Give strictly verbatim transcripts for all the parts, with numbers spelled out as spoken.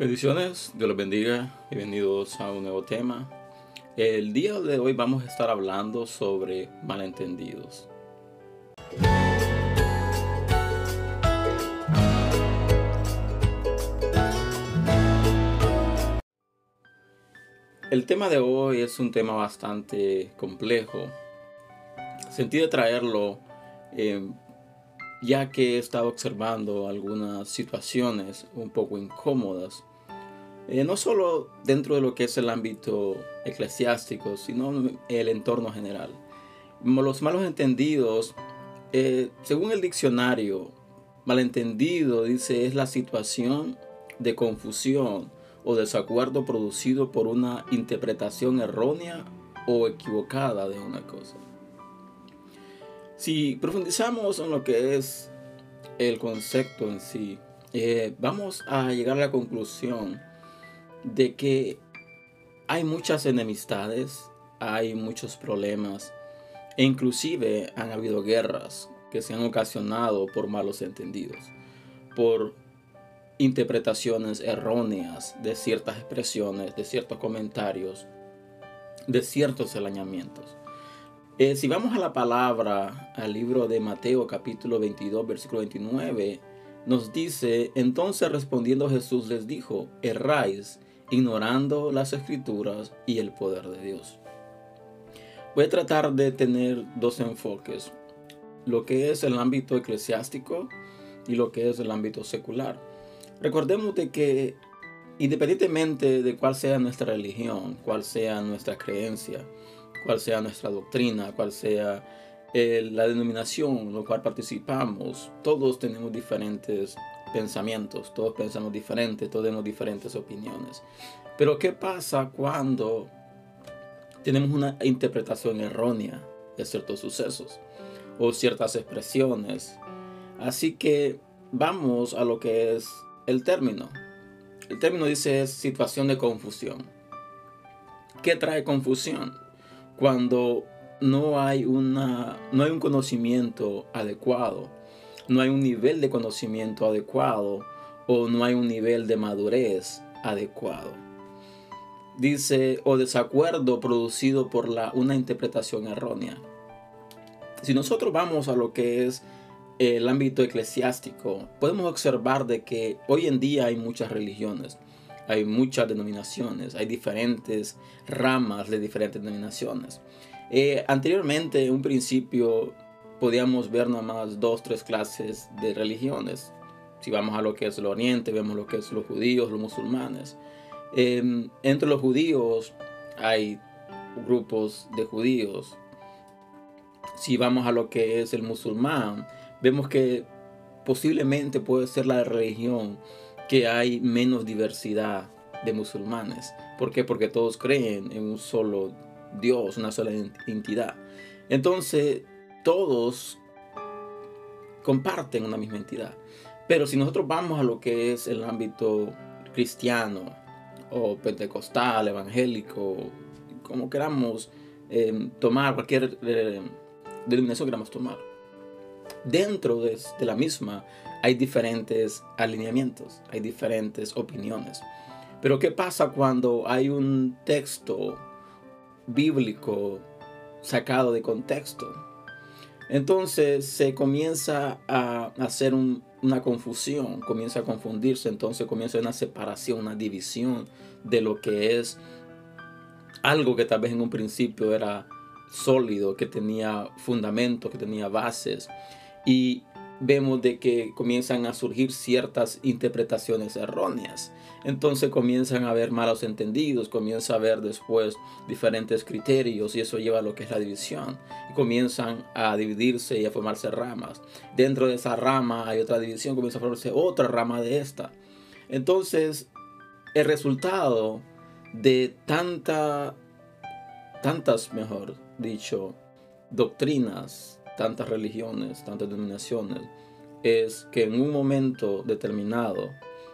Bendiciones, Dios los bendiga, bienvenidos a un nuevo tema. El día de hoy vamos a estar hablando sobre malentendidos. El tema de hoy es un tema bastante complejo. Sentí de traerlo eh, ya que he estado observando algunas situaciones un poco incómodas. Eh, no solo dentro de lo que es el ámbito eclesiástico, sino el entorno general. Los malos entendidos, eh, según el diccionario, malentendido dice es la situación de confusión o desacuerdo producido por una interpretación errónea o equivocada de una cosa. Si profundizamos en lo que es el concepto en sí, eh, vamos a llegar a la conclusión de que hay muchas enemistades, hay muchos problemas e inclusive han habido guerras que se han ocasionado por malos entendidos, por interpretaciones erróneas de ciertas expresiones, de ciertos comentarios, de ciertos señalamientos. Eh, si vamos a la palabra, al libro de Mateo capítulo veintidós, versículo veintinueve, nos dice: entonces respondiendo Jesús les dijo, erráis, ignorando las escrituras y el poder de Dios. Voy a tratar de tener dos enfoques, lo que es el ámbito eclesiástico y lo que es el ámbito secular. Recordemos de que independientemente de cuál sea nuestra religión, cuál sea nuestra creencia, cuál sea nuestra doctrina, cuál sea eh, la denominación en la cual participamos, todos tenemos diferentes pensamientos, todos pensamos diferente, todos tenemos diferentes opiniones. Pero ¿qué pasa cuando tenemos una interpretación errónea de ciertos sucesos o ciertas expresiones? Así que vamos a lo que es el término. El término dice es situación de confusión. ¿Qué trae confusión? Cuando no hay, una, no hay un conocimiento adecuado, no hay un nivel de conocimiento adecuado o no hay un nivel de madurez adecuado. Dice, o desacuerdo producido por la, una interpretación errónea. Si nosotros vamos a lo que es el ámbito eclesiástico, podemos observar de que hoy en día hay muchas religiones, hay muchas denominaciones, hay diferentes ramas de diferentes denominaciones. Eh, anteriormente, en un principio, podíamos ver nada más dos, tres clases de religiones. Si vamos a lo que es el oriente, vemos lo que es los judíos, los musulmanes. Eh, entre los judíos hay grupos de judíos. Si vamos a lo que es el musulmán, vemos que posiblemente puede ser la religión que hay menos diversidad de musulmanes. ¿Por qué? Porque todos creen en un solo Dios, una sola entidad. Entonces, todos comparten una misma entidad. Pero si nosotros vamos a lo que es el ámbito cristiano o pentecostal, evangélico, como queramos eh, tomar, cualquier eh, denominación que queramos tomar, dentro de, de la misma hay diferentes alineamientos, hay diferentes opiniones. Pero ¿qué pasa cuando hay un texto bíblico sacado de contexto? Entonces se comienza a hacer un, una confusión, comienza a confundirse, entonces comienza una separación, una división de lo que es algo que tal vez en un principio era sólido, que tenía fundamentos, que tenía bases. Y vemos de que comienzan a surgir ciertas interpretaciones erróneas. Entonces comienzan a haber malos entendidos, comienza a haber después diferentes criterios y eso lleva a lo que es la división. Y comienzan a dividirse y a formarse ramas. Dentro de esa rama hay otra división, comienza a formarse otra rama de esta. Entonces el resultado de tanta, tantas, mejor dicho, doctrinas, tantas religiones, tantas denominaciones, es que en un momento determinado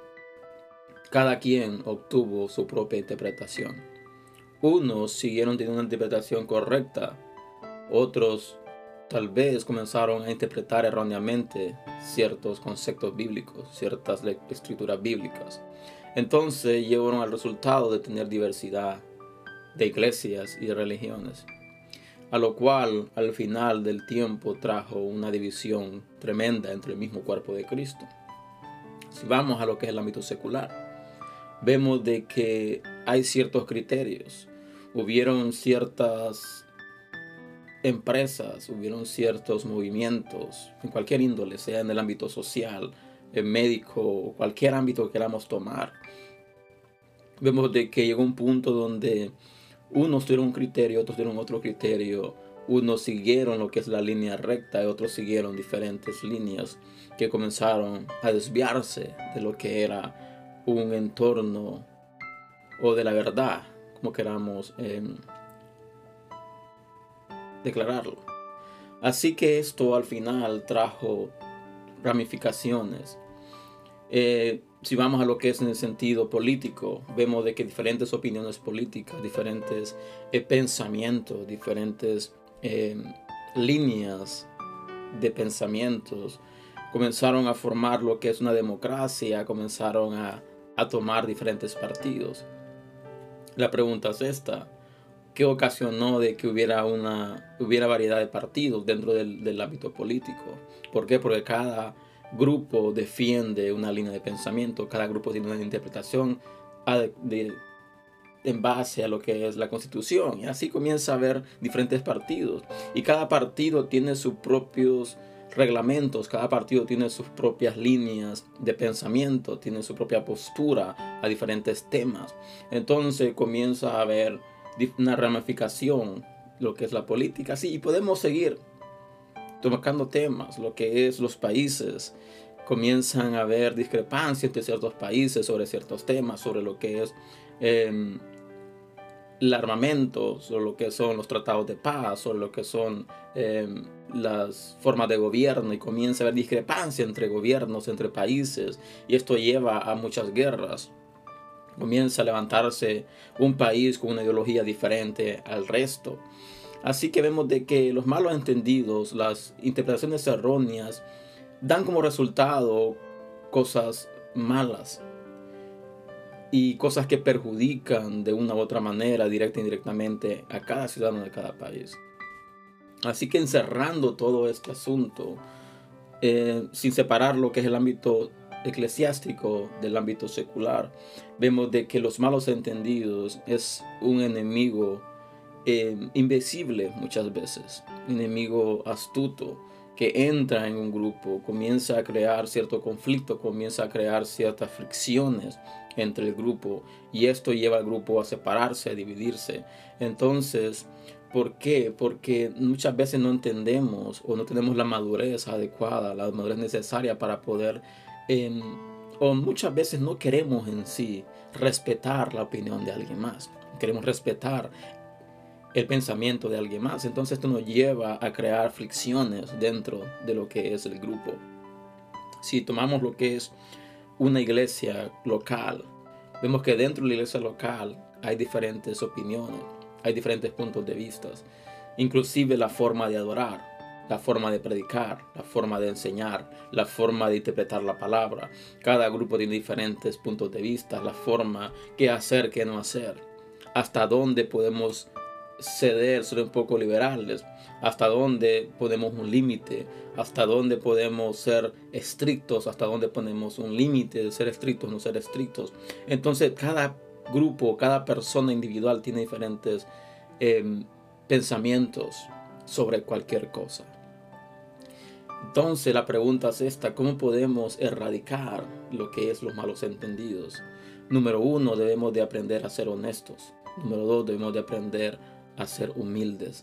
cada quien obtuvo su propia interpretación. Unos siguieron teniendo una interpretación correcta, otros tal vez comenzaron a interpretar erróneamente ciertos conceptos bíblicos, ciertas le- escrituras bíblicas. Entonces llevaron al resultado de tener diversidad de iglesias y de religiones, a lo cual al final del tiempo trajo una división tremenda entre el mismo cuerpo de Cristo. Si vamos a lo que es el ámbito secular, vemos de que hay ciertos criterios. Hubieron ciertas empresas, hubieron ciertos movimientos en cualquier índole, sea en el ámbito social, en médico, cualquier ámbito que queramos tomar. Vemos de que llegó un punto donde unos tuvieron un criterio, otros tuvieron otro criterio, unos siguieron lo que es la línea recta y otros siguieron diferentes líneas que comenzaron a desviarse de lo que era un entorno o de la verdad, como queramos eh, declararlo. Así que esto al final trajo ramificaciones. Eh, si vamos a lo que es en el sentido político, vemos de que diferentes opiniones políticas, diferentes eh, pensamientos, diferentes eh, líneas de pensamientos comenzaron a formar lo que es una democracia, comenzaron a, a tomar diferentes partidos. La pregunta es esta: ¿qué ocasionó de que hubiera una hubiera variedad de partidos dentro del, del ámbito político? ¿Por qué? Porque cada grupo defiende una línea de pensamiento, cada grupo tiene una interpretación de, de, en base a lo que es la Constitución, y así comienza a haber diferentes partidos, y cada partido tiene sus propios reglamentos, cada partido tiene sus propias líneas de pensamiento, tiene su propia postura a diferentes temas. Entonces comienza a haber una ramificación, lo que es la política. Sí, y podemos seguir tocando temas, lo que es los países. Comienzan a haber discrepancias entre ciertos países sobre ciertos temas, sobre lo que es eh, el armamento, sobre lo que son los tratados de paz, sobre lo que son eh, las formas de gobierno, y comienza a haber discrepancia entre gobiernos, entre países, y esto lleva a muchas guerras. Comienza a levantarse un país con una ideología diferente al resto. Así que vemos de que los malos entendidos, las interpretaciones erróneas, dan como resultado cosas malas y cosas que perjudican de una u otra manera, directa e indirectamente, a cada ciudadano de cada país. Así que encerrando todo este asunto, eh, sin separar lo que es el ámbito eclesiástico del ámbito secular, vemos de que los malos entendidos es un enemigo eh, invisible muchas veces, enemigo astuto, que entra en un grupo, comienza a crear cierto conflicto, comienza a crear ciertas fricciones entre el grupo, y esto lleva al grupo a separarse, a dividirse. Entonces, ¿por qué? Porque muchas veces no entendemos o no tenemos la madurez adecuada, la madurez necesaria para poder, eh, o muchas veces no queremos en sí respetar la opinión de alguien más. Queremos respetar el pensamiento de alguien más. Entonces esto nos lleva a crear fricciones dentro de lo que es el grupo. Si tomamos lo que es una iglesia local, vemos que dentro de la iglesia local hay diferentes opiniones, hay diferentes puntos de vista, inclusive la forma de adorar, la forma de predicar, la forma de enseñar, la forma de interpretar la palabra. Cada grupo tiene diferentes puntos de vista, la forma, qué hacer, qué no hacer, hasta dónde podemos ceder, ser un poco liberales, hasta dónde ponemos un límite, hasta dónde podemos ser estrictos, hasta dónde ponemos un límite de ser estrictos, no ser estrictos. Entonces cada grupo, cada persona individual tiene diferentes eh, pensamientos sobre cualquier cosa. Entonces la pregunta es esta: ¿cómo podemos erradicar lo que es los malos entendidos? Número uno, debemos de aprender a ser honestos. Número dos, debemos de aprender a ser humildes.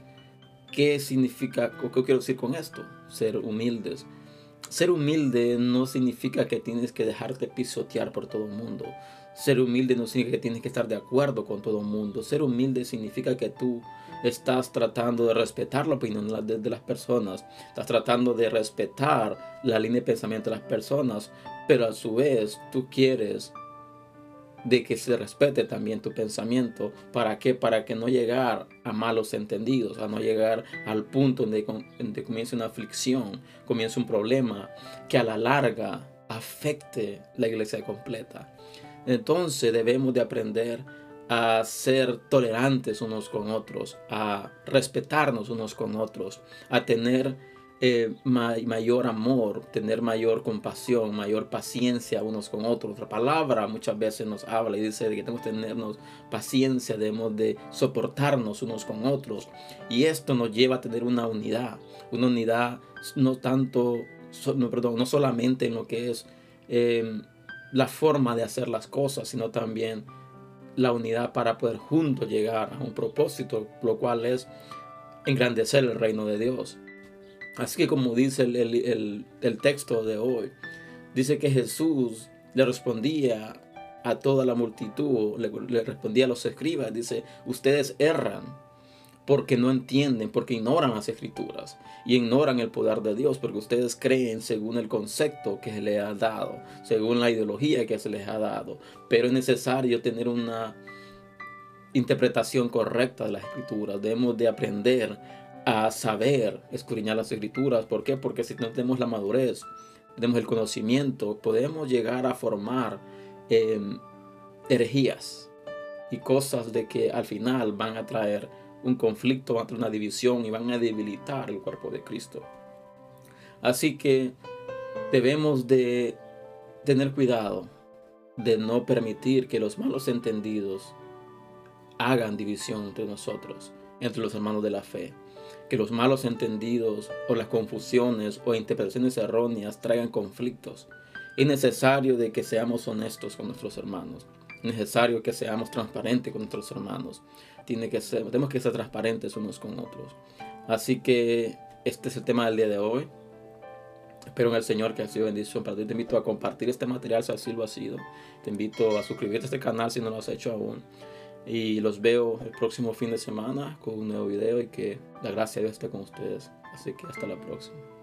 ¿Qué significa o qué quiero decir con esto? Ser humildes. Ser humilde no significa que tienes que dejarte pisotear por todo el mundo. Ser humilde no significa que tienes que estar de acuerdo con todo el mundo. Ser humilde significa que tú estás tratando de respetar la opinión de, de las personas. Estás tratando de respetar la línea de pensamiento de las personas, pero a su vez tú quieres de que se respete también tu pensamiento. ¿Para qué? Para que no llegar a malos entendidos, a no llegar al punto donde, donde comience una aflicción, comience un problema que a la larga afecte la iglesia completa. Entonces debemos de aprender a ser tolerantes unos con otros, a respetarnos unos con otros, a tener eh, ma mayor amor, tener mayor compasión, mayor paciencia unos con otros. La palabra muchas veces nos habla y dice que tenemos que tenernos paciencia, debemos de soportarnos unos con otros. Y esto nos lleva a tener una unidad, una unidad no tanto, so, no, perdón, no solamente en lo que es eh, la forma de hacer las cosas, sino también la unidad para poder juntos llegar a un propósito, lo cual es engrandecer el reino de Dios. Así que como dice el, el, el, el texto de hoy, dice que Jesús le respondía a toda la multitud, le, le respondía a los escribas, dice, ustedes erran porque no entienden, porque ignoran las escrituras y ignoran el poder de Dios, porque ustedes creen según el concepto que se les ha dado, según la ideología que se les ha dado. Pero es necesario tener una interpretación correcta de las escrituras. Debemos de aprender a saber escudriñar las escrituras. ¿Por qué? Porque si no tenemos la madurez, tenemos el conocimiento, podemos llegar a formar eh, herejías y cosas de que al final van a traer un conflicto, van a traer una división y van a debilitar el cuerpo de Cristo. Así que debemos de tener cuidado de no permitir que los malos entendidos hagan división entre nosotros, entre los hermanos de la fe. Que los malos entendidos o las confusiones o interpretaciones erróneas traigan conflictos. Es necesario de que seamos honestos con nuestros hermanos. Es necesario que seamos transparentes con nuestros hermanos. Tiene que ser, tenemos que ser transparentes unos con otros. Así que este es el tema del día de hoy. Espero en el Señor que ha sido bendición para ti. Te invito a compartir este material si así lo ha sido. Te invito a suscribirte a este canal si no lo has hecho aún. Y los veo el próximo fin de semana con un nuevo video y que la gracia de Dios esté con ustedes. Así que hasta la próxima.